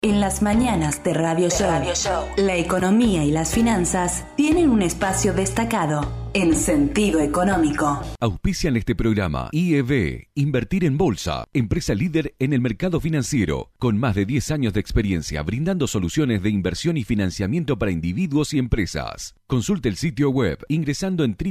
En las mañanas de Radio Show, la economía y las finanzas tienen un espacio destacado en Sentido Económico. Auspician este programa IEB, Invertir en Bolsa, empresa líder en el mercado financiero, con más de 10 años de experiencia brindando soluciones de inversión y financiamiento para individuos y empresas. Consulte el sitio web ingresando en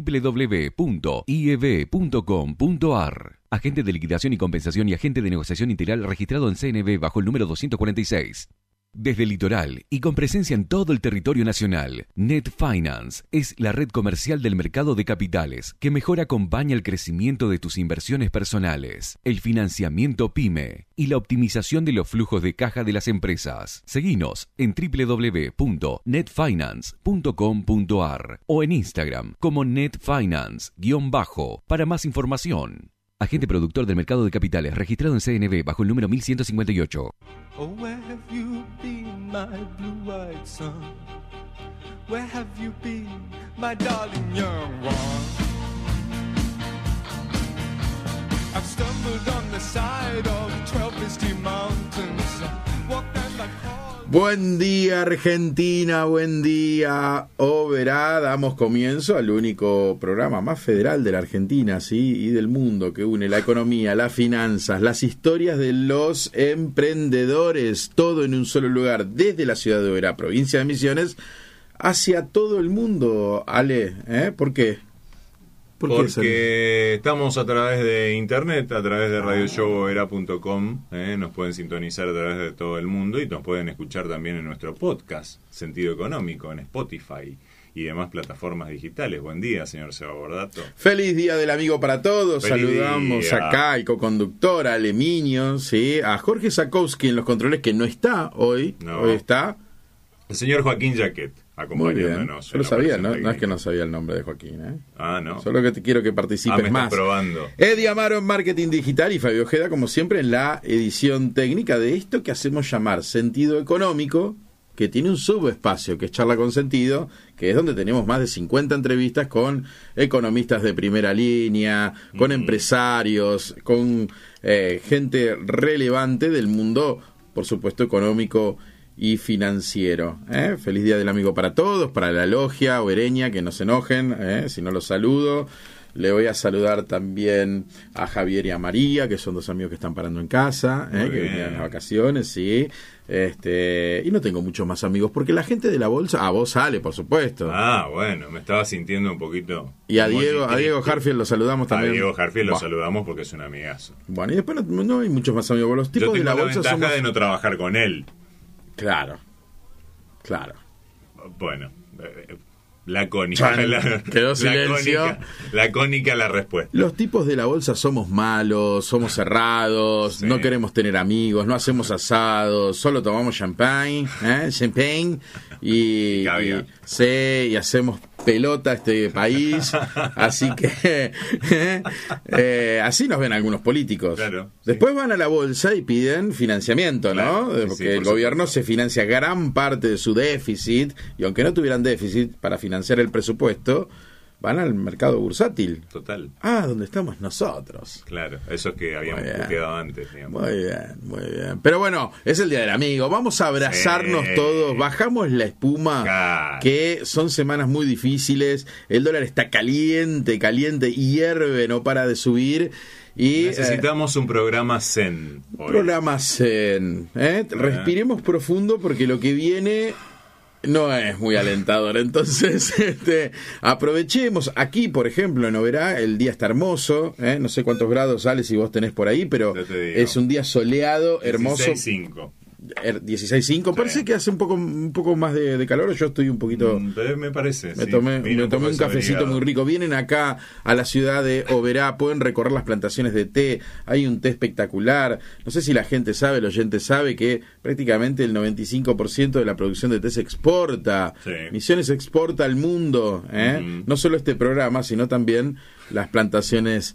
www.ieb.com.ar. Agente de liquidación y compensación y agente de negociación integral registrado en CNB bajo el número 246. Desde el litoral y con presencia en todo el territorio nacional, Net Finance es la red comercial del mercado de capitales que mejor acompaña el crecimiento de tus inversiones personales, el financiamiento PYME y la optimización de los flujos de caja de las empresas. Seguinos en www.netfinance.com.ar o en Instagram como netfinance_ para más información. Agente productor del mercado de capitales registrado en CNB bajo el número 1158. Oh, where have you been, my blue-eyed son? Where have you been, my darling young one? I've stumbled on the side of 12 misty mountains. Walked down like Buen día Argentina, buen día Oberá. Damos comienzo al único programa más federal de la Argentina, ¿sí? Y del mundo, que une la economía, las finanzas, las historias de los emprendedores, todo en un solo lugar, desde la ciudad de Oberá, provincia de Misiones, hacia todo el mundo. Ale, ¿por qué? Porque estamos a través de internet, a través de radioshowera.com, nos pueden sintonizar a través de todo el mundo y nos pueden escuchar también en nuestro podcast, Sentido Económico, en Spotify y demás plataformas digitales. Buen día, señor Seba Bordato. Feliz Día del Amigo para todos. Feliz Saludamos día. acá al coconductor, a Aleminio, ¿sí? A Jorge Sakowski en los controles, que no está hoy. No. Hoy está. El señor Joaquín Jaquet, Muy bien. acompañándonos. Yo lo sabía, ¿no? No es que no sabía el nombre de Joaquín, ¿eh? Ah, no. Solo que te quiero que participes me estás más. probando. Eddie Amaro en Marketing Digital y Fabio Ojeda, como siempre, en la edición técnica de esto que hacemos llamar Sentido Económico, que tiene un subespacio, que es Charla con Sentido, que es donde tenemos más de 50 entrevistas con economistas de primera línea, con empresarios, con gente relevante del mundo, por supuesto, económico y financiero. Feliz Día del Amigo para todos, para la logia obereña, que no se enojen, si no los saludo. Le voy a saludar también a Javier y a María, que son dos amigos que están parando en casa, que venían las vacaciones, sí. Y no tengo muchos más amigos, porque la gente de la bolsa, vos sale, por supuesto. Ah, bueno, me estaba sintiendo un poquito... Y a Diego Harfield lo saludamos también. A Diego Harfield lo saludamos porque es un amigazo. Bueno, y después no hay muchos más amigos. Los tipos Yo tengo de la la bolsa ventaja somos... de no trabajar con él. Claro. Bueno, lacónica. Quedó silencio. Lacónica la respuesta. Los tipos de la bolsa somos malos, somos cerrados, Sí. no queremos tener amigos, no hacemos asados, solo tomamos champagne y hacemos pelota a este país. Así que así nos ven algunos políticos. Claro, sí. Después van a la bolsa y piden financiamiento, ¿no? Claro, sí, Porque sí, el por gobierno supuesto. se financia gran parte de su déficit, y aunque no tuvieran déficit para financiar el presupuesto, van al mercado bursátil. Total. Donde estamos nosotros. Claro, eso es que habíamos Muy bien. quedado antes, digamos. Muy bien. Pero bueno, es el Día del Amigo. Vamos a abrazarnos Sí. todos. Bajamos la espuma, Claro. que son semanas muy difíciles. El dólar está caliente, hierve, no para de subir. Y Necesitamos un programa zen hoy. programa zen. Respiremos profundo, porque lo que viene no es muy alentador. Entonces, aprovechemos. Aquí, por ejemplo, en Oberá, el día está hermoso. No sé cuántos grados sale si vos tenés por ahí, pero Yo te digo. es un día soleado, hermoso. 16.5. 16.5. Sí. Parece que hace un poco más de calor. Yo estoy un poquito... Pero me parece. Me sí. tomé Vino un poco cafecito desabrigado. muy rico. Vienen acá a la ciudad de Oberá, pueden recorrer las plantaciones de té. Hay un té espectacular. No sé si la gente sabe, el oyente sabe, que prácticamente el 95% de la producción de té se exporta. Sí. Misiones exporta al mundo. No solo este programa, sino también las plantaciones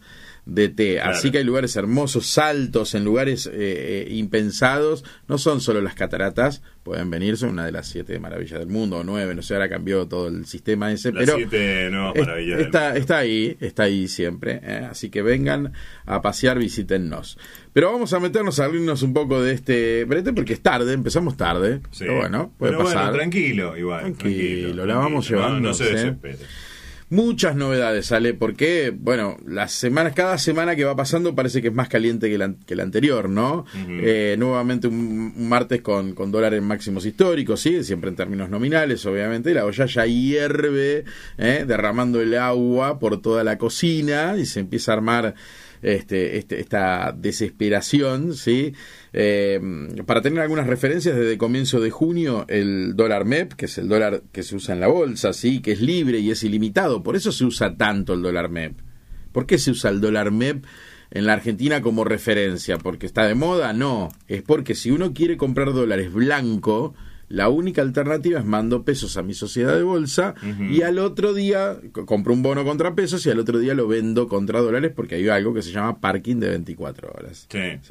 de té. Claro. Así que hay lugares hermosos, saltos en lugares impensados. No son solo las cataratas, pueden venir, son una de las 7 maravillas del mundo, o 9, no sé, ahora cambió todo el sistema ese. Las pero 7 nuevas maravillas del mundo. está ahí siempre. Así que vengan a pasear, visítennos. Pero vamos a meternos, a abrirnos un poco de este brete, porque es tarde, empezamos tarde. Sí. Pero bueno, puede Pero pasar. bueno, tranquilo, igual. Tranquilo, la vamos llevando. No se desespere. Muchas novedades, Ale, porque, bueno, cada semana que va pasando parece que es más caliente que la anterior, ¿no? Uh-huh. Nuevamente un martes con dólar en máximos históricos, ¿sí? Siempre en términos nominales, obviamente, y la olla ya hierve, derramando el agua por toda la cocina, y se empieza a armar esta desesperación, ¿sí? Para tener algunas referencias, desde comienzo de junio el dólar MEP, que es el dólar que se usa en la bolsa, ¿sí? Que es libre y es ilimitado, por eso se usa tanto el dólar MEP. ¿Por qué se usa el dólar MEP en la Argentina como referencia? ¿Porque está de moda? No, es porque si uno quiere comprar dólares blanco, la única alternativa es mando pesos a mi sociedad de bolsa, uh-huh, y al otro día compro un bono contra pesos y al otro día lo vendo contra dólares, porque hay algo que se llama parking de 24 horas. Sí. ¿Sí?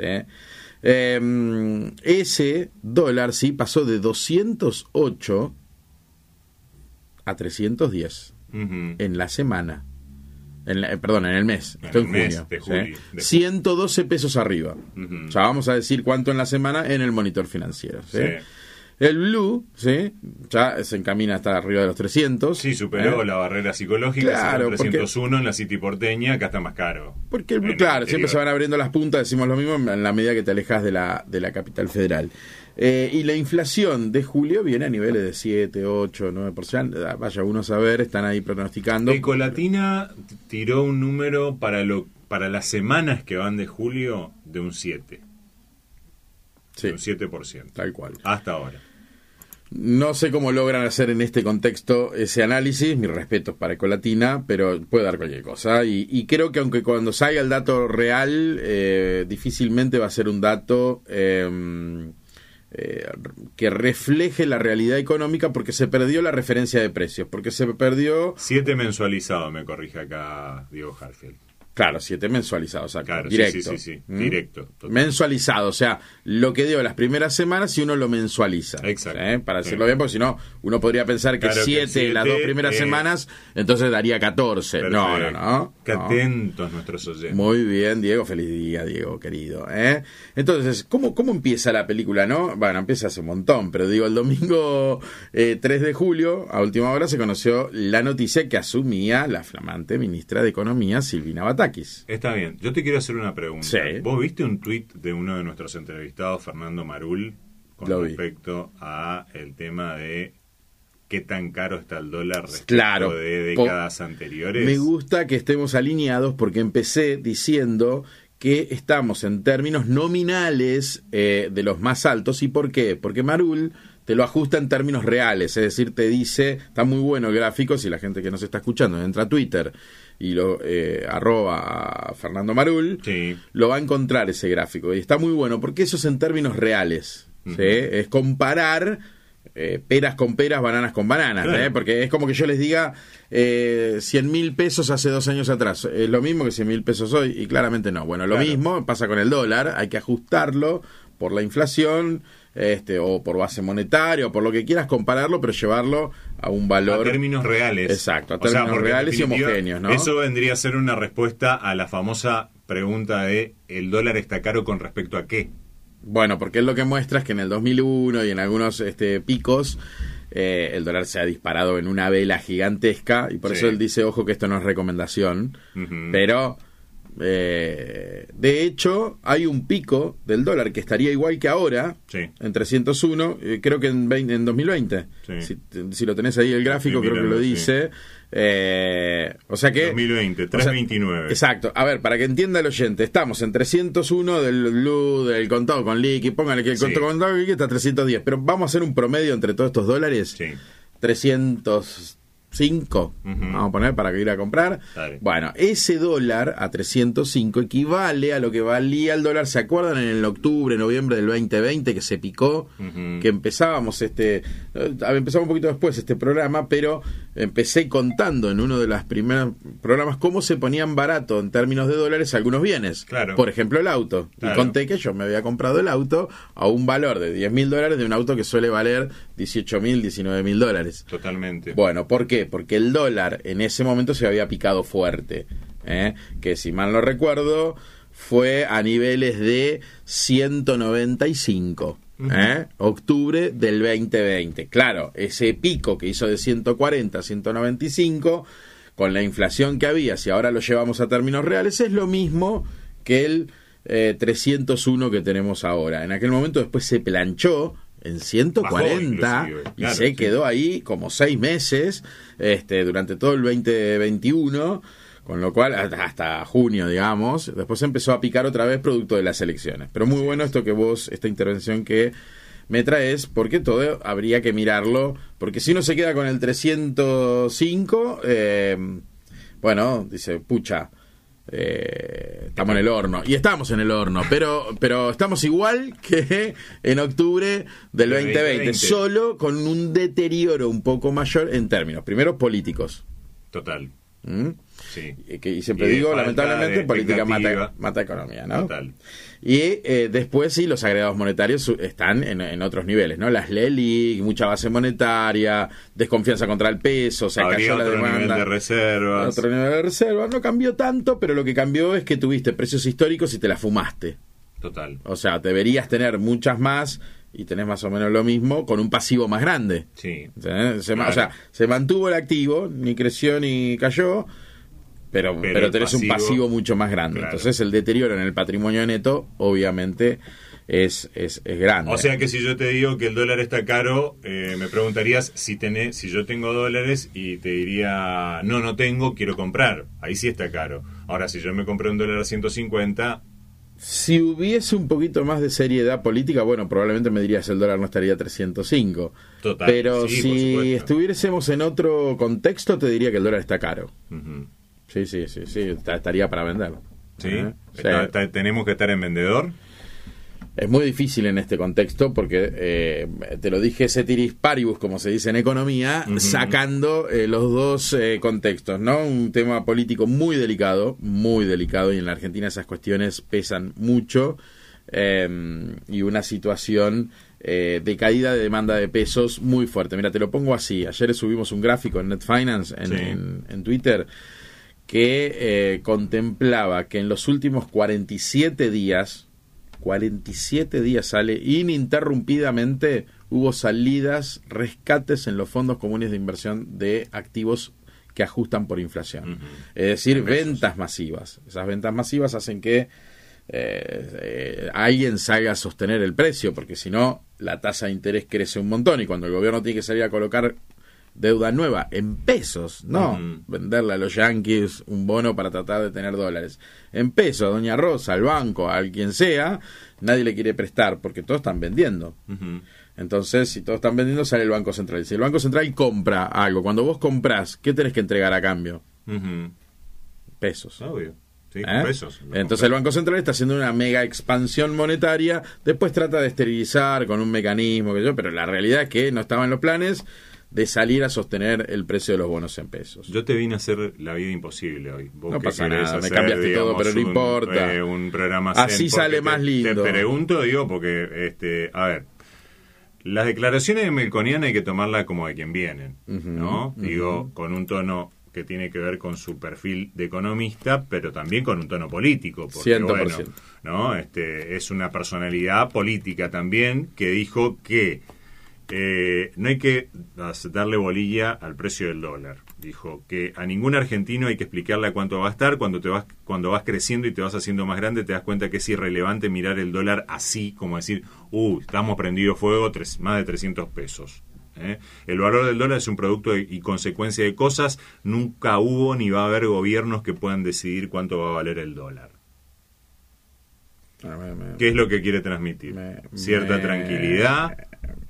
Ese dólar sí pasó de 208 a 310 uh-huh, en la semana. En el mes. en Esto el en mes junio. de julio, ¿sí? 112 pesos arriba. uh-huh. O sea, vamos a decir cuánto en la semana en el monitor financiero. ¿sí? Sí. El blue, ¿sí? Ya se encamina hasta arriba de los 300. Sí, superó la barrera psicológica, claro, 301 en la City porteña, acá está más caro. Porque el blue, claro, siempre se van abriendo las puntas, decimos lo mismo, en la medida que te alejas de la capital federal. Y la inflación de julio viene a niveles de 7, 8, 9%. Vaya uno a saber, están ahí pronosticando. Ecolatina tiró un número para las semanas que van de julio de un 7. Sí, un 7%. tal cual. Hasta ahora. No sé cómo logran hacer en este contexto ese análisis, mis respetos para Ecolatina, pero puede dar cualquier cosa. Y creo que aunque cuando salga el dato real, difícilmente va a ser un dato que refleje la realidad económica, porque se perdió la referencia de precios, porque se perdió... 7 mensualizado, me corrige acá Diego Harfield. Claro, 7 mensualizados, exacto. Claro, directo. sí, directo. Total. Mensualizado, o sea, lo que dio las primeras semanas si uno lo mensualiza. Exacto. Para decirlo bien, porque si no, uno podría pensar que 7 las 2 primeras semanas, entonces daría 14. Perfecto. No. Qué atentos nuestros oyentes. Muy bien, Diego, feliz día, Diego, querido. Entonces, ¿cómo empieza la película, no? Bueno, empieza hace un montón, pero digo, el domingo 3 de julio, a última hora, se conoció la noticia que asumía la flamante ministra de Economía, Silvina Batakis. Está bien, yo te quiero hacer una pregunta. Sí. ¿Vos viste un tuit de uno de nuestros entrevistados, Fernando Marul, con respecto a el tema de qué tan caro está el dólar respecto de décadas anteriores? Me gusta que estemos alineados, porque empecé diciendo que estamos en términos nominales de los más altos. ¿Y por qué? Porque Marul te lo ajusta en términos reales, es decir, te dice, está muy bueno el gráfico, si la gente que nos está escuchando entra a Twitter y lo arroba Fernando Marul, sí, lo va a encontrar ese gráfico, y está muy bueno porque eso es en términos reales, ¿sí? Es comparar peras con peras, bananas con bananas, claro, porque es como que yo les diga 100.000 pesos hace 2 años atrás, ¿es lo mismo que 100.000 pesos hoy? Y claramente no. Bueno, lo mismo pasa con el dólar, hay que ajustarlo por la inflación, o por base monetaria, o por lo que quieras, compararlo, pero llevarlo a un valor... A términos reales. Exacto, a términos reales y homogéneos, ¿no? Eso vendría a ser una respuesta a la famosa pregunta de ¿el dólar está caro con respecto a qué? Bueno, porque es lo que muestra es que en el 2001 y en algunos picos el dólar se ha disparado en una vela gigantesca, y por eso él dice, ojo que esto no es recomendación, pero... de hecho, hay un pico del dólar que estaría igual que ahora, en 301, creo que en 2020. Si lo tenés ahí el gráfico, creo que lo dice. O sea que 2020, 329. Exacto. A ver, para que entienda el oyente, estamos en 301 del blue, del contado con liqui, póngale que el contado con liqui está a 310, pero vamos a hacer un promedio entre todos estos dólares. 300 5, vamos a poner para que ir a comprar. Dale. Bueno, ese dólar a 305 equivale a lo que valía el dólar. ¿Se acuerdan en el octubre, noviembre del 2020 que se picó? Que empezábamos empezamos un poquito después este programa, pero empecé contando en uno de los primeros programas cómo se ponían barato en términos de dólares algunos bienes. Claro. Por ejemplo, el auto. Claro. Y conté que yo me había comprado el auto a un valor de $10.000 de un auto que suele valer $18.000, $19.000. Totalmente. Bueno, ¿por qué? Porque el dólar en ese momento se había picado fuerte, que si mal no recuerdo fue a niveles de 195, octubre del 2020. Claro, ese pico que hizo de 140 a 195, con la inflación que había, si ahora lo llevamos a términos reales, es lo mismo que el 301 que tenemos ahora. En aquel momento después se planchó en 140 y claro, se quedó ahí como 6 meses durante todo el 2021, con lo cual hasta junio, digamos. Después empezó a picar otra vez producto de las elecciones. Pero muy bueno esto que vos, esta intervención que me traes, porque todo habría que mirarlo, porque si uno se queda con el 305, bueno, dice, pucha, estamos en el horno, y estamos en el horno, pero estamos igual que en octubre del 2020, solo con un deterioro un poco mayor en términos, primero, políticos. Total. Sí. Y siempre digo, lamentablemente, política mata economía, ¿no? Total. Y después sí, los agregados monetarios están en otros niveles, ¿no? Las LELIC, mucha base monetaria, desconfianza contra el peso, se cayó la demanda. Nivel de reservas. Otro nivel de reservas. No cambió tanto, pero lo que cambió es que tuviste precios históricos y te la fumaste. Total. O sea, deberías tener muchas más y tenés más o menos lo mismo con un pasivo más grande. Sí. O sea, se mantuvo el activo, ni creció ni cayó, pero tenés un pasivo mucho más grande. Claro. Entonces el deterioro en el patrimonio neto obviamente es grande. O sea que si yo te digo que el dólar está caro, me preguntarías si yo tengo dólares y te diría, no tengo, quiero comprar. Ahí sí está caro. Ahora, si yo me compré un dólar a 150... Si hubiese un poquito más de seriedad política, bueno, probablemente me dirías el dólar no estaría a 305. Total. Pero sí, si estuviésemos en otro contexto, te diría que el dólar está caro. Uh-huh. Sí, estaría para venderlo. ¿Sí? ¿Tenemos que estar en vendedor? Es muy difícil en este contexto porque, te lo dije, ceteris paribus, como se dice en economía, sacando los dos contextos, ¿no? Un tema político muy delicado, y en la Argentina esas cuestiones pesan mucho, y una situación de caída de demanda de pesos muy fuerte. Mira, te lo pongo así. Ayer subimos un gráfico en Net Finance, en Twitter, que contemplaba que en los últimos 47 días sale ininterrumpidamente, hubo salidas, rescates en los fondos comunes de inversión de activos que ajustan por inflación. Uh-huh. Es decir, ventas masivas. Esas ventas masivas hacen que alguien salga a sostener el precio, porque si no, la tasa de interés crece un montón, y cuando el gobierno tiene que salir a colocar deuda nueva en pesos, no venderle a los yanquis un bono para tratar de tener dólares en pesos, a Doña Rosa, al banco, a quien sea, nadie le quiere prestar porque todos están vendiendo. Entonces, si todos están vendiendo, sale el Banco Central. Si el Banco Central compra algo, cuando vos comprás, ¿qué tenés que entregar a cambio? Pesos. Obvio. Sí, pesos. Entonces el Banco Central está haciendo una mega expansión monetaria, después trata de esterilizar con un mecanismo, pero la realidad es que no estaba en los planes de salir a sostener el precio de los bonos en pesos. Yo te vine a hacer la vida imposible hoy. ¿Vos no pasa nada, me cambiaste todo, pero no importa. Un programa así sale más lindo. Te pregunto, porque, a ver, las declaraciones de Melconian hay que tomarlas como de quien vienen, ¿no? Digo, con un tono que tiene que ver con su perfil de economista, pero también con un tono político. Porque, 100%. Bueno, ¿no? Es una personalidad política también que dijo que no hay que darle bolilla al precio del dólar. Dijo que a ningún argentino hay que explicarle a cuánto va a gastar. Cuando vas creciendo y te vas haciendo más grande, te das cuenta que es irrelevante mirar el dólar así, como decir, estamos prendido fuego, más de 300 pesos. El valor del dólar es un producto y consecuencia de cosas. Nunca hubo ni va a haber gobiernos que puedan decidir cuánto va a valer el dólar. ¿Qué es lo que quiere transmitir? Cierta tranquilidad,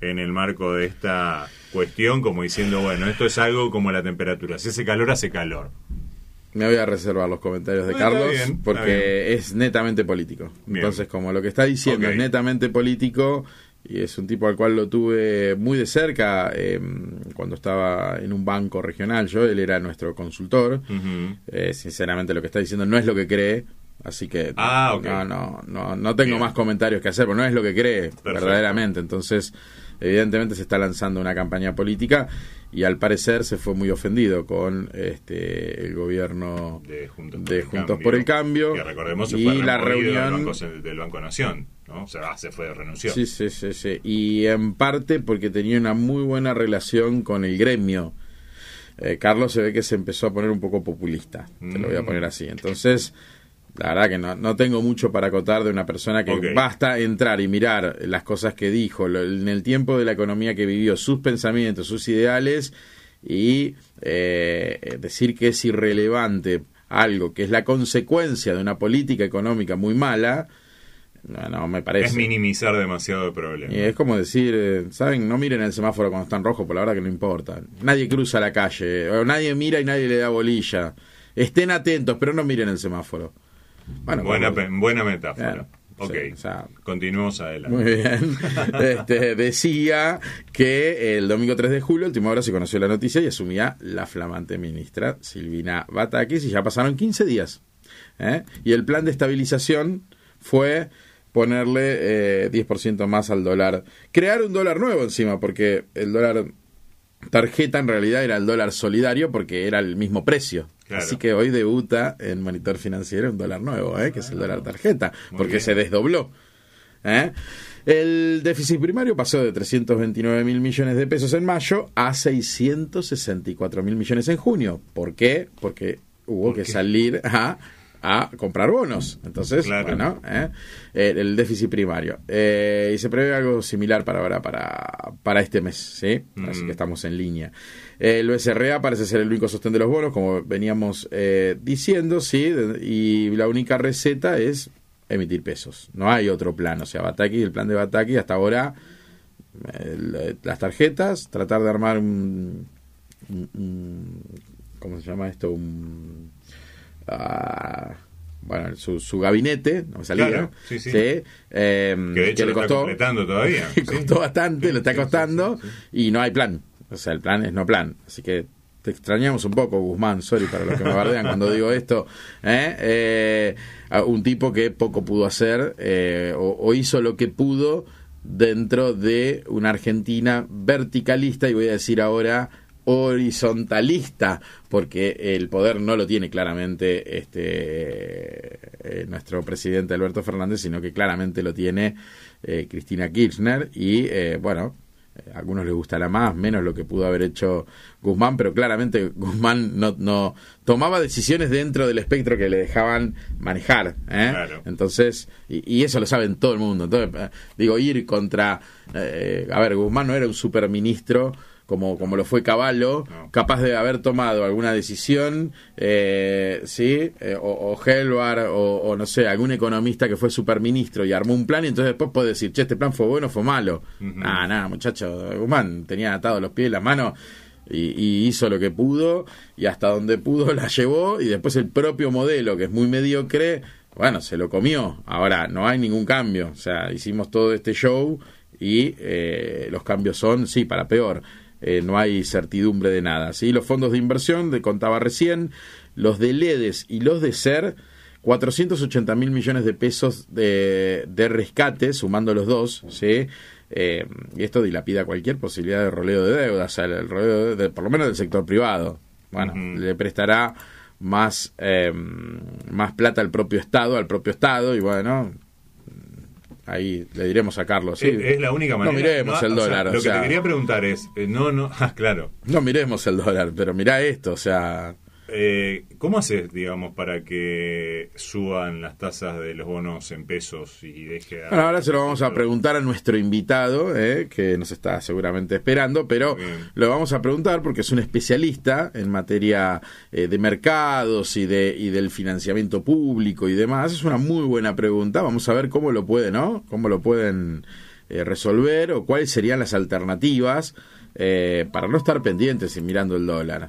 en el marco de esta cuestión, como diciendo, bueno, esto es algo como la temperatura, si hace calor, hace calor. Me voy a reservar los comentarios de Está Carlos bien, porque es netamente político. Bien. Entonces, como lo que está diciendo es netamente político, y es un tipo al cual lo tuve muy de cerca cuando estaba en un banco regional, él era nuestro consultor. Sinceramente, lo que está diciendo no es lo que cree. Así que no tengo más comentarios que hacer, pero no es lo que cree. Perfecto. Verdaderamente. Entonces, evidentemente se está lanzando una campaña política y al parecer se fue muy ofendido con el gobierno de Juntos por el Cambio. Que recordemos se y fue la reunión del Banco Nación, ¿no? Se fue, renunció. Sí. Y en parte porque tenía una muy buena relación con el gremio. Carlos se ve que se empezó a poner un poco populista, te lo voy a poner así. Entonces, la verdad que no tengo mucho para acotar de una persona que basta entrar y mirar las cosas que dijo en el tiempo de la economía que vivió, sus pensamientos, sus ideales, y decir que es irrelevante algo que es la consecuencia de una política económica muy mala. No me parece. Es minimizar demasiado el problema. Y es como decir, ¿saben? No miren el semáforo cuando está en rojo, por la verdad que no importa. Nadie cruza la calle, o nadie mira y nadie le da bolilla. Estén atentos, pero no miren el semáforo. Bueno, buena metáfora. Claro, ok, sí, o sea, continuemos adelante. Muy bien. Decía que el domingo 3 de julio, última hora, se conoció la noticia y asumía la flamante ministra Silvina Batakis, y ya pasaron 15 días. Y el plan de estabilización fue ponerle 10% más al dólar. Crear un dólar nuevo encima, porque el dólar tarjeta en realidad era el dólar solidario porque era el mismo precio. Claro. Así que hoy debuta en Monitor Financiero un dólar nuevo, que es el dólar tarjeta, porque se desdobló. El déficit primario pasó de 329.000 millones de pesos en mayo a 664.000 millones en junio. ¿Por qué? Porque hubo que salir a comprar bonos. Entonces, bueno, el déficit primario. Y se prevé algo similar para ahora, para este mes, ¿sí? Así que estamos en línea. El BCRA parece ser el único sostén de los bonos, como veníamos diciendo, ¿sí? Y la única receta es emitir pesos. No hay otro plan. O sea, el plan de Batakis hasta ahora, las tarjetas, tratar de armar un ¿cómo se llama esto? Bueno, su gabinete, no me salía, claro, sí. Que de hecho le costó, está completando todavía. Costó bastante, lo está costando, y no hay plan. O sea, el plan es no plan. Así que te extrañamos un poco, Guzmán, sorry para los que me bardean cuando digo esto. Un tipo que poco pudo hacer, o hizo lo que pudo dentro de una Argentina verticalista, y voy a decir ahora horizontalista, porque el poder no lo tiene claramente nuestro presidente Alberto Fernández, sino que claramente lo tiene Cristina Kirchner, y a algunos les gustará más, menos lo que pudo haber hecho Guzmán, pero claramente Guzmán no tomaba decisiones dentro del espectro que le dejaban manejar, Claro. Entonces, y eso lo saben todo el mundo. Entonces, ir contra Guzmán no era un superministro como lo fue Cavallo, capaz de haber tomado alguna decisión, o Helvar, o no sé, algún economista que fue superministro y armó un plan, y entonces después puede decir, este plan fue bueno o fue malo. Nada, muchacho, Guzmán tenía atados los pies y las manos, y hizo lo que pudo, y hasta donde pudo la llevó, y después el propio modelo, que es muy mediocre, se lo comió. Ahora, no hay ningún cambio, o sea, hicimos todo este show, y los cambios son, sí, para peor. No hay certidumbre de nada, ¿sí? Los fondos de inversión, contaba recién, los de LEDES y los de SER, 480.000 millones de pesos de rescate, sumando los dos, ¿sí? Y esto dilapida cualquier posibilidad de roleo de deuda, o sea, el roleo por lo menos del sector privado. Le prestará más plata al propio Estado, y ahí le diremos a Carlos. ¿Sí? Es la única manera. No miremos el dólar. Lo que te quería preguntar es, claro. No miremos el dólar, pero mirá esto, o sea. ¿Cómo haces, digamos, para que suban las tasas de los bonos en pesos y deje de... Ahora se lo vamos a preguntar a nuestro invitado, que nos está seguramente esperando, pero lo vamos a preguntar porque es un especialista en materia de mercados y del financiamiento público y demás. Es una muy buena pregunta. Vamos a ver cómo lo puede, ¿no? Cómo lo pueden resolver o cuáles serían las alternativas para no estar pendientes y mirando el dólar.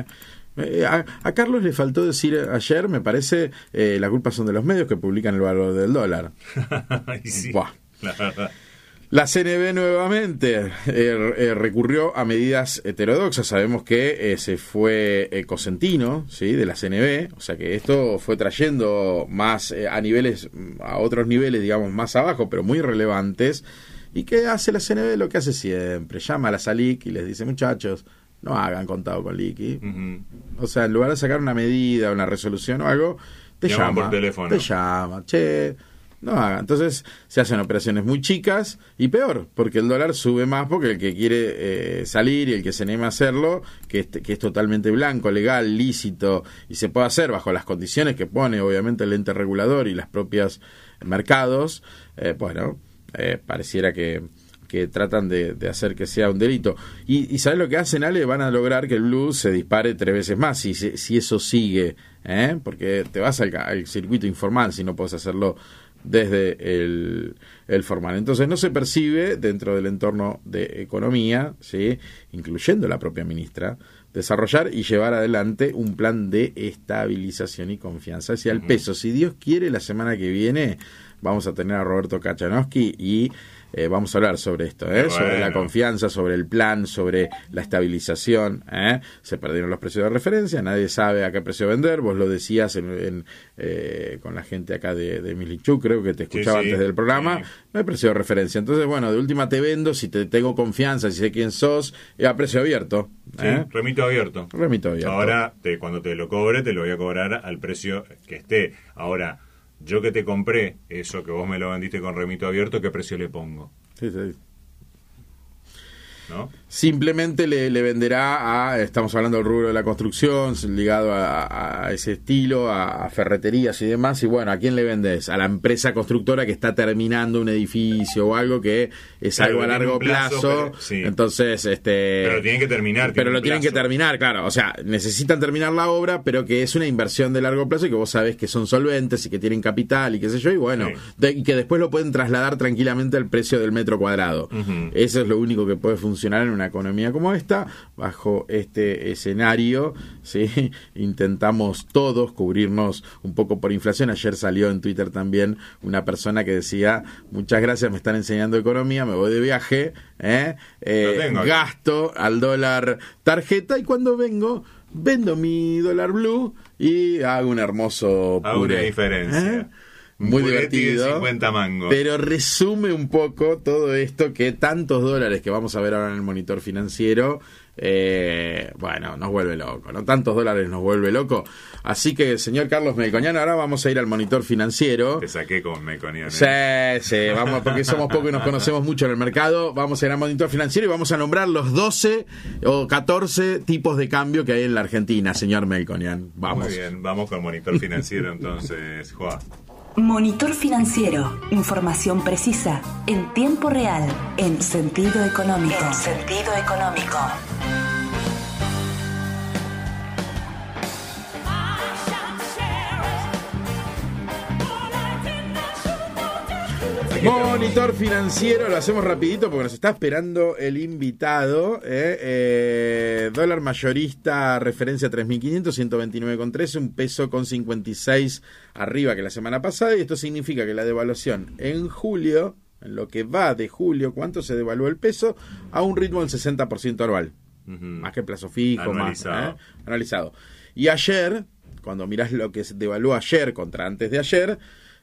A Carlos le faltó decir ayer, me parece, la culpa son de los medios que publican el valor del dólar. Sí, Buah. la verdad. La CNB nuevamente recurrió a medidas heterodoxas. Sabemos que se fue Cosentino, ¿sí?, de la CNB, o sea que esto fue trayendo más a otros niveles, digamos, más abajo, pero muy relevantes. ¿Y qué hace la CNB? Lo que hace siempre, llama a la SALIC y les dice, muchachos, no hagan contado con liqui. O sea, en lugar de sacar una medida, una resolución o algo, te llama por teléfono. Te llama, che, no hagan. Entonces se hacen operaciones muy chicas y peor, porque el dólar sube más porque el que quiere salir y el que se anima a hacerlo, que es totalmente blanco, legal, lícito y se puede hacer bajo las condiciones que pone obviamente el ente regulador y las propias mercados, pareciera que tratan de hacer que sea un delito. Y ¿sabes lo que hacen, Ale? Van a lograr que el blue se dispare 3 veces más si eso sigue, porque te vas al circuito informal si no puedes hacerlo desde el formal. Entonces no se percibe dentro del entorno de economía, ¿sí?, incluyendo la propia ministra, desarrollar y llevar adelante un plan de estabilización y confianza hacia el peso. Si Dios quiere, la semana que viene vamos a tener a Roberto Kachanowski y vamos a hablar sobre esto, sobre la confianza, sobre el plan, sobre la estabilización. Se perdieron los precios de referencia, nadie sabe a qué precio vender. Vos lo decías con la gente acá de Milichú, creo que te escuchaba antes del programa. Sí. No hay precio de referencia. Entonces, bueno, de última te vendo, si te tengo confianza, si sé quién sos, a precio abierto. Sí, remito abierto. Ahora, cuando te lo cobre, te lo voy a cobrar al precio que esté. Ahora, yo que te compré eso que vos me lo vendiste con remito abierto, ¿qué precio le pongo? Sí. ¿No? Simplemente le venderá estamos hablando del rubro de la construcción, ligado a ese estilo, a ferreterías y demás, y bueno, ¿a quién le vendes? A la empresa constructora que está terminando un edificio o algo que es algo a largo plazo, pero, sí. Entonces, pero tienen que terminar. Pero lo tienen que terminar, claro, o sea, necesitan terminar la obra, pero que es una inversión de largo plazo y que vos sabés que son solventes y que tienen capital y qué sé yo, y bueno, y que después lo pueden trasladar tranquilamente al precio del metro cuadrado. Eso es lo único que puede funcionar en una economía como esta. Bajo este escenario, ¿sí?, intentamos todos cubrirnos un poco por inflación. Ayer salió en Twitter también una persona que decía, muchas gracias, me están enseñando economía, me voy de viaje, gasto al dólar tarjeta y cuando vengo vendo mi dólar blue y hago un hermoso puré. Hago una diferencia. Muy divertido, de 50 mangos. Pero resume un poco todo esto que tantos dólares que vamos a ver ahora en el monitor financiero, nos vuelve loco, ¿no? Tantos dólares nos vuelve loco. Así que, señor Carlos Melconian, ahora vamos a ir al monitor financiero. Te saqué con Melconian. Sí, vamos, porque somos pocos y nos conocemos mucho en el mercado. Vamos a ir al monitor financiero y vamos a nombrar los 12 o 14 tipos de cambio que hay en la Argentina, señor Melconian. Vamos. Muy bien, vamos con el monitor financiero entonces, Juan. Monitor financiero. Información precisa, en tiempo real, en sentido económico. En sentido económico. Monitor financiero, lo hacemos rapidito porque nos está esperando el invitado. Dólar mayorista, referencia 3.500, 129,13, un peso con 56 arriba que la semana pasada, y esto significa que la devaluación en julio, en lo que va de julio, ¿cuánto se devaluó el peso? A un ritmo del 60% anual. Más que plazo fijo, analizado. Analizado. Y ayer, cuando mirás lo que se devaluó ayer contra antes de ayer,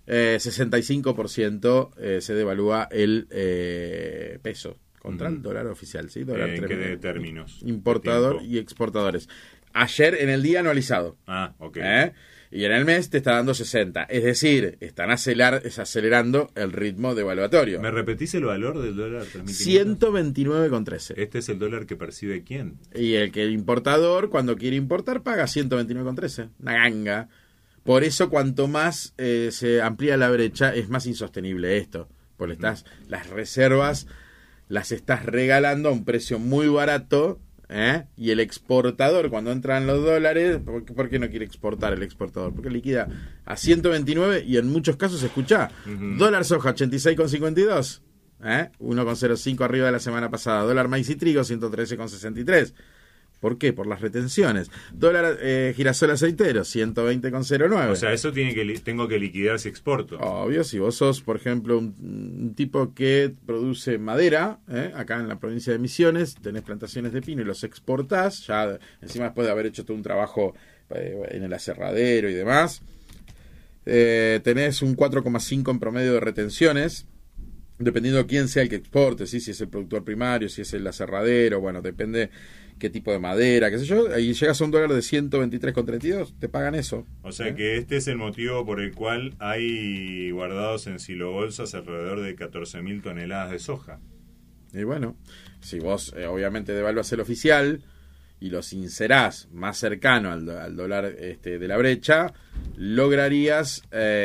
65% se devalúa el peso contra el dólar oficial, ¿sí? Dólar ¿En qué términos? Importador y exportadores. Ayer en el día anualizado. Ok. Y en el mes te está dando 60. Es decir, están acelerando el ritmo devaluatorio. ¿Me repetís el valor del dólar? 129,13. ¿Este es el dólar que percibe quién? Y el importador, cuando quiere importar, paga 129,13. Una ganga. Por eso, cuanto más se amplía la brecha, es más insostenible esto. Porque las reservas las estás regalando a un precio muy barato, y el exportador, cuando entran los dólares, ¿por qué no quiere exportar el exportador? Porque liquida a 129 y en muchos casos, escuchá, dólar soja 86,52. 1,05 arriba de la semana pasada. Dólar maíz y trigo, 113,63. ¿Por qué? Por las retenciones. Dólar girasol aceitero, 120,09. O sea, eso tengo que liquidar si exporto. Obvio, si vos sos, por ejemplo, un tipo que produce madera, acá en la provincia de Misiones, tenés plantaciones de pino y los exportás, ya encima después de haber hecho todo un trabajo en el aserradero y demás, tenés un 4,5 en promedio de retenciones, dependiendo quién sea el que exporte, ¿sí? Si es el productor primario, si es el aserradero, bueno, depende qué tipo de madera, qué sé yo, y llegas a un dólar de 123,32, te pagan eso. O sea que este es el motivo por el cual hay guardados en silobolsas alrededor de 14.000 toneladas de soja. Y bueno, si vos obviamente devaluás el oficial y los inserás más cercano al dólar de la brecha, lograrías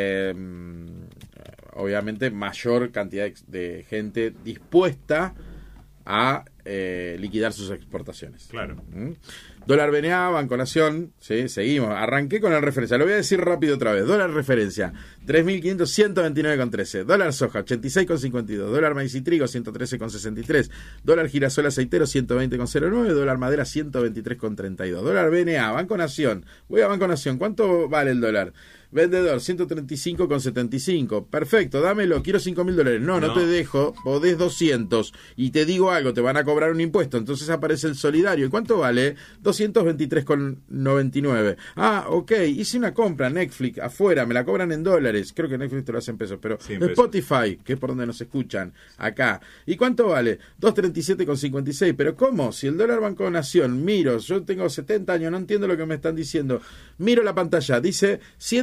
obviamente mayor cantidad de gente dispuesta a liquidar sus exportaciones. Claro. Dólar BNA, Banco Nación, ¿sí? Seguimos. Arranqué con la referencia, lo voy a decir rápido otra vez. Dólar referencia, 3.500, 129,13. Dólar soja, 86,52. Dólar maíz y trigo, 113,63. Dólar girasol aceitero, 120,09. Dólar madera, 123,32. Dólar BNA, Banco Nación. Voy a Banco Nación. ¿Cuánto vale el dólar? Vendedor, 135,75. Perfecto, dámelo, quiero $5.000. No te dejo, podés 200. Y te digo algo, te van a cobrar un impuesto. Entonces aparece el solidario. ¿Y cuánto vale? 223,99. Ah, ok, hice una compra, Netflix, afuera, me la cobran en dólares. Creo que Netflix te lo hace en pesos, pero sí, Spotify, que es por donde nos escuchan, acá. ¿Y cuánto vale? 237,56. Pero ¿cómo? Si el dólar Banco Nación, miro, yo tengo 70 años, no entiendo lo que me están diciendo. Miro la pantalla, dice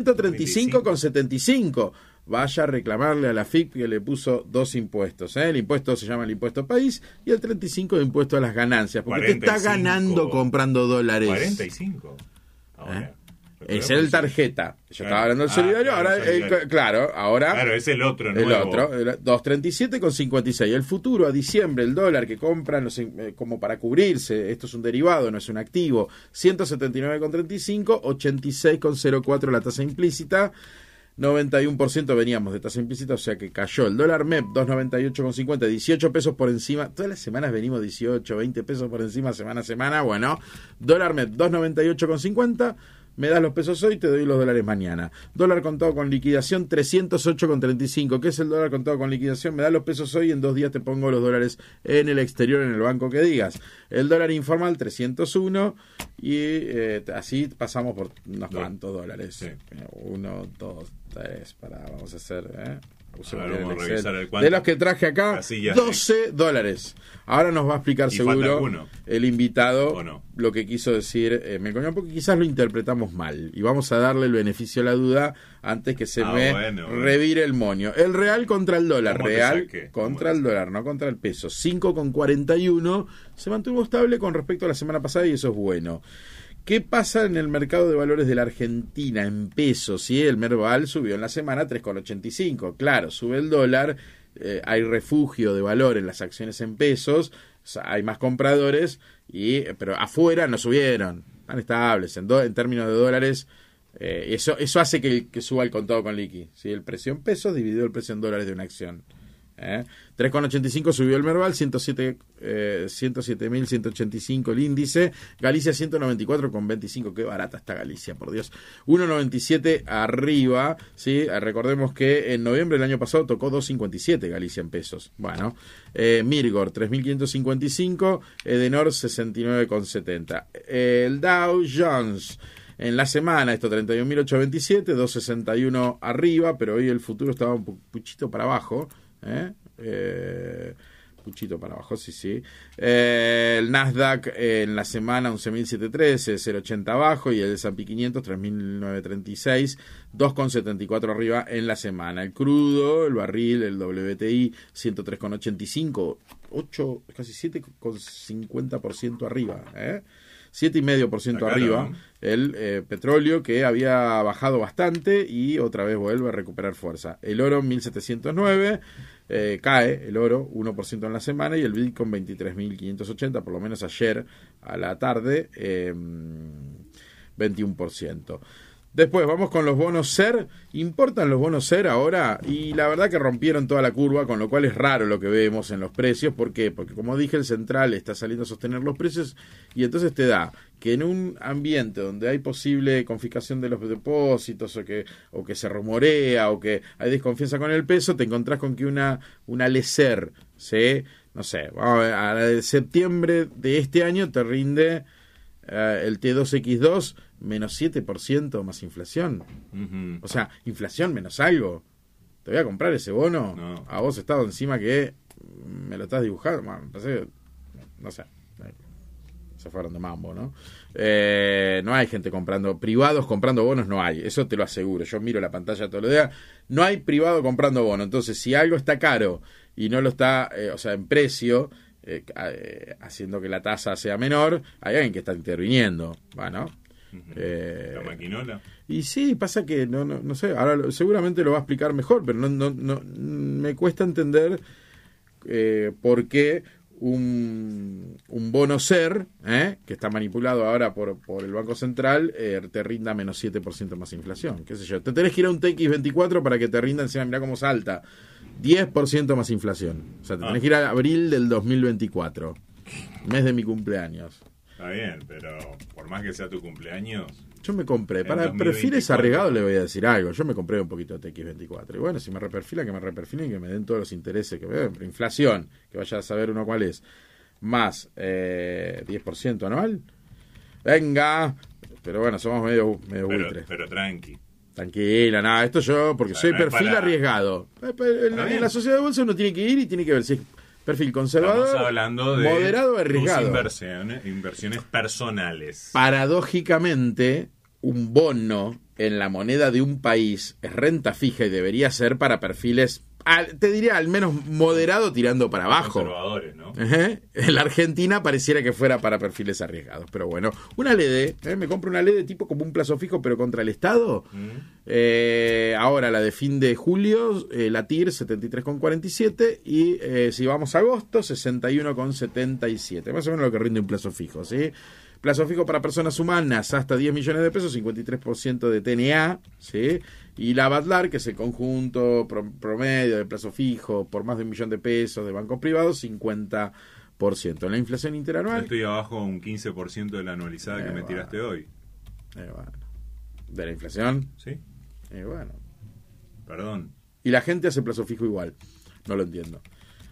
135,75. Vaya a reclamarle a la FIP que le puso 2 impuestos. El impuesto se llama el impuesto país y el 35 de impuesto a las ganancias. Porque 45, te está ganando comprando dólares. 45. Ahora. Es el tarjeta. Yo estaba hablando del solidario, ahora Claro, es el otro nuevo. El otro, 237,56. El futuro a diciembre, el dólar que compran como para cubrirse, esto es un derivado, no es un activo, 179,35, 86,04 la tasa implícita. 91% veníamos de tasa implícita, o sea que cayó. El dólar MEP, 298,50, 18 pesos por encima. Todas las semanas venimos 18, 20 pesos por encima, semana a semana. Bueno, dólar MEP, 298,50. Me das los pesos hoy, te doy los dólares mañana. Dólar contado con liquidación, 308,35. ¿Qué es el dólar contado con liquidación? Me das los pesos hoy, en 2 días te pongo los dólares en el exterior, en el banco que digas. El dólar informal, 301. Y así pasamos por unos cuantos dólares. Sí. 1, 2, 3. Vamos a hacer... Vamos a revisar el de los que traje acá, $12. Ahora nos va a explicar seguro el invitado lo que quiso decir Melconian, porque quizás lo interpretamos mal. Y vamos a darle el beneficio a la duda antes que se revire el moño. El real contra el dólar. Real contra el dólar, no contra el peso. 5,41. Se mantuvo estable con respecto a la semana pasada y eso es bueno. ¿Qué pasa en el mercado de valores de la Argentina en pesos? ¿Sí? El Merval subió en la semana 3,85. Claro, sube el dólar, hay refugio de valor en las acciones en pesos, hay más compradores, pero afuera no subieron, están estables. En términos de dólares, eso hace que suba el contado con liqui. ¿Sí? El precio en pesos dividido el precio en dólares de una acción. 3,85 subió el Merval, 107.185 el índice. Galicia 194,25. Qué barata está Galicia, por Dios. 1,97 arriba, ¿sí? Recordemos que en noviembre del año pasado tocó 2,57 Galicia en pesos. Bueno, Mirgor 3.555, Edenor 69,70. El Dow Jones en la semana, 31.827, 261 arriba, pero hoy el futuro estaba un puchito para abajo. Puchito para abajo, sí. El Nasdaq en la semana 11.713, 0.80 abajo, y el S&P 500 3.936, 2,74 arriba en la semana. El crudo, el barril, el WTI 103,85, 8, casi 7,50% arriba, 7,5% arriba. ¿No? El petróleo, que había bajado bastante y otra vez vuelve a recuperar fuerza. El oro 1.709, cae el oro 1% en la semana, y el Bitcoin 23.580, por lo menos ayer a la tarde, 21%. Después vamos con los bonos SER. Importan los bonos SER ahora y la verdad que rompieron toda la curva, con lo cual es raro lo que vemos en los precios. ¿Por qué? Porque como dije, el central está saliendo a sostener los precios y entonces te da que en un ambiente donde hay posible confiscación de los depósitos o que se rumorea o que hay desconfianza con el peso, te encontrás con que una LESER, ¿sí? No sé, vamos a ver, a la de septiembre de este año te rinde el T2X2 menos 7% más inflación. Ujú. O sea, inflación menos algo. ¿Te voy a comprar ese bono? No. A vos estado encima que me lo estás dibujando. Bueno, no sé. Se fueron de mambo, ¿no? No hay gente comprando, privados comprando bonos no hay, eso te lo aseguro. Yo miro la pantalla todos los días, no hay privado comprando bonos. Entonces, si algo está caro y no lo está, o sea, en precio, haciendo que la tasa sea menor, hay alguien que está interviniendo. Bueno, La maquinola. y sí, pasa que no sé, ahora seguramente lo va a explicar mejor, pero no me cuesta entender por qué un bono SER, que está manipulado ahora por el Banco Central, te rinda menos 7% más inflación. ¿Qué sé yo? Te tenés que ir a un TX24 para que te rinda, encima mirá cómo salta, 10% más inflación. O sea, te tenés que ir a abril del 2024, mes de mi cumpleaños. Está bien, pero por más que sea tu cumpleaños... Yo me compré, En para 2024. perfiles arriesgados le voy a decir algo, yo me compré un poquito de TX24, y bueno, si me reperfilan, que me reperfilen y que me den todos los intereses, que me den, inflación, que vaya a saber uno cuál es, más 10% anual, venga, pero bueno, somos medio buitres. Pero tranqui. Tranquila, nada, esto yo, porque soy no es perfil para- arriesgado. Está En bien. la sociedad de bolsa uno tiene que ir y tiene que ver si es perfil conservador, Estamos hablando de moderado o tus arriesgado. inversiones personales. Paradójicamente, un bono en la moneda de un país es renta fija y debería ser para perfiles, te diría al menos moderado tirando para abajo. Conservadores, ¿no? En la Argentina pareciera que fuera para perfiles arriesgados. Pero bueno, una LED, me compro una LED tipo como un plazo fijo pero contra el Estado. Ahora la de fin de julio, la TIR 73,47 y si vamos a agosto 61,77. Más o menos lo que rinde un plazo fijo, ¿sí? Plazo fijo para personas humanas hasta 10 millones de pesos, 53% de TNA, ¿sí? Y la BADLAR, que es el conjunto promedio de plazo fijo por más de 1 millón de pesos de bancos privados, 50%. La inflación Yo interanual, estoy abajo un 15% de la anualizada que me bueno. tiraste hoy. bueno, de la inflación, ¿Sí? bueno. Perdón. Y la gente hace plazo fijo igual. No lo entiendo.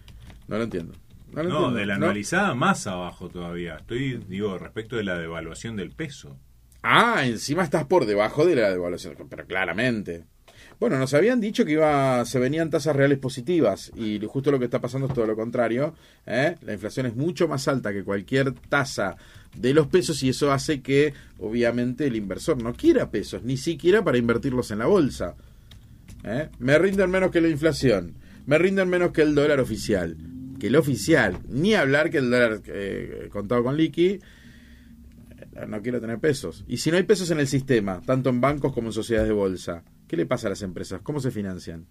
No, de la anualizada más abajo todavía. Estoy, respecto de la devaluación del peso. Ah, encima estás por debajo de la devaluación, pero claramente. Bueno, nos habían dicho que se venían tasas reales positivas y justo lo que está pasando es todo lo contrario. La inflación es mucho más alta que cualquier tasa de los pesos y eso hace que, obviamente, el inversor no quiera pesos, ni siquiera para invertirlos en la bolsa. Me rinden menos que la inflación, me rinden menos que el dólar oficial. Que el oficial, ni hablar que el dólar contado con liqui, no quiero tener pesos. Y si no hay pesos en el sistema, tanto en bancos como en sociedades de bolsa, ¿qué le pasa a las empresas? ¿Cómo se financian?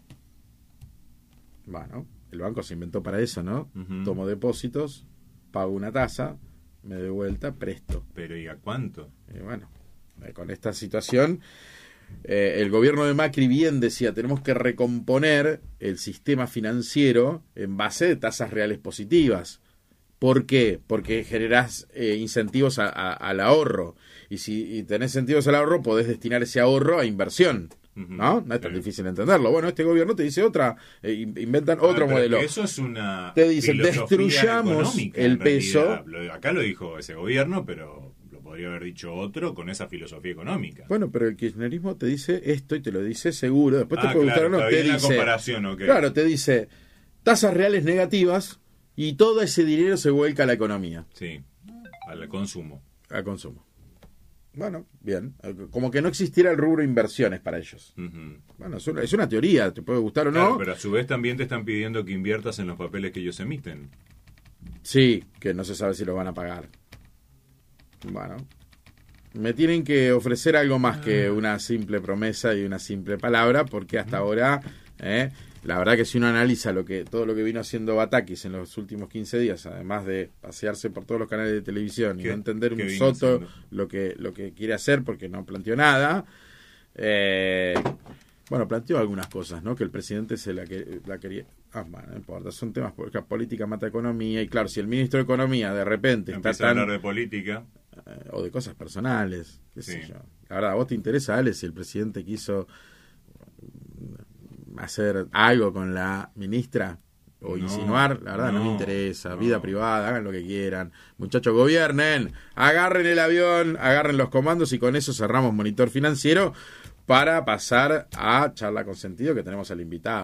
Bueno, el banco se inventó para eso, ¿no? Ujú. Tomo depósitos, pago una tasa, me doy vuelta, presto. Pero ¿y a cuánto? Y bueno, con esta situación, el gobierno de Macri bien decía, tenemos que recomponer el sistema financiero en base de tasas reales positivas. ¿Por qué? Porque generás incentivos al ahorro. Y si tenés incentivos al ahorro, podés destinar ese ahorro a inversión. ¿No? No es tan difícil entenderlo. Bueno, este gobierno te dice inventan otro pero modelo. Eso es una Te dicen, filosofía destruyamos económica, el en realidad. peso. Acá lo dijo ese gobierno, pero lo podría haber dicho otro con esa filosofía económica. Bueno, pero el kirchnerismo te dice esto y te lo dice seguro. Después te puede claro, gustar o no. está Te bien la dice, comparación, ok. claro, te dice tasas reales negativas y todo ese dinero se vuelca a la economía, Sí, al consumo. al consumo. Bueno, bien. Como que no existiera el rubro inversiones para ellos. Ujú. Bueno, es una teoría, te puede gustar o Claro, no. pero a su vez también te están pidiendo que inviertas en los papeles que ellos emiten. Sí, que no se sabe si lo van a pagar. Bueno, me tienen que ofrecer algo más que una simple promesa y una simple palabra, porque hasta ahora la verdad que si uno analiza todo lo que vino haciendo Batakis en los últimos 15 días, además de pasearse por todos los canales de televisión y no entender un soto lo que quiere hacer porque no planteó nada, bueno, planteó algunas cosas, ¿no? Que el presidente se la quería... bueno, no importa, son temas porque política mata economía, y claro, si el ministro de Economía de repente empieza a hablar de política o de cosas personales, qué sé yo. La verdad, ¿a vos te interesa, Ale, si el presidente quiso hacer algo con la ministra o insinuar? La verdad no me interesa. Vida privada, hagan lo que quieran, muchachos, gobiernen, agarren el avión, agarren los comandos, y con eso cerramos Monitor Financiero para pasar a Charla con Sentido, que tenemos al invitado.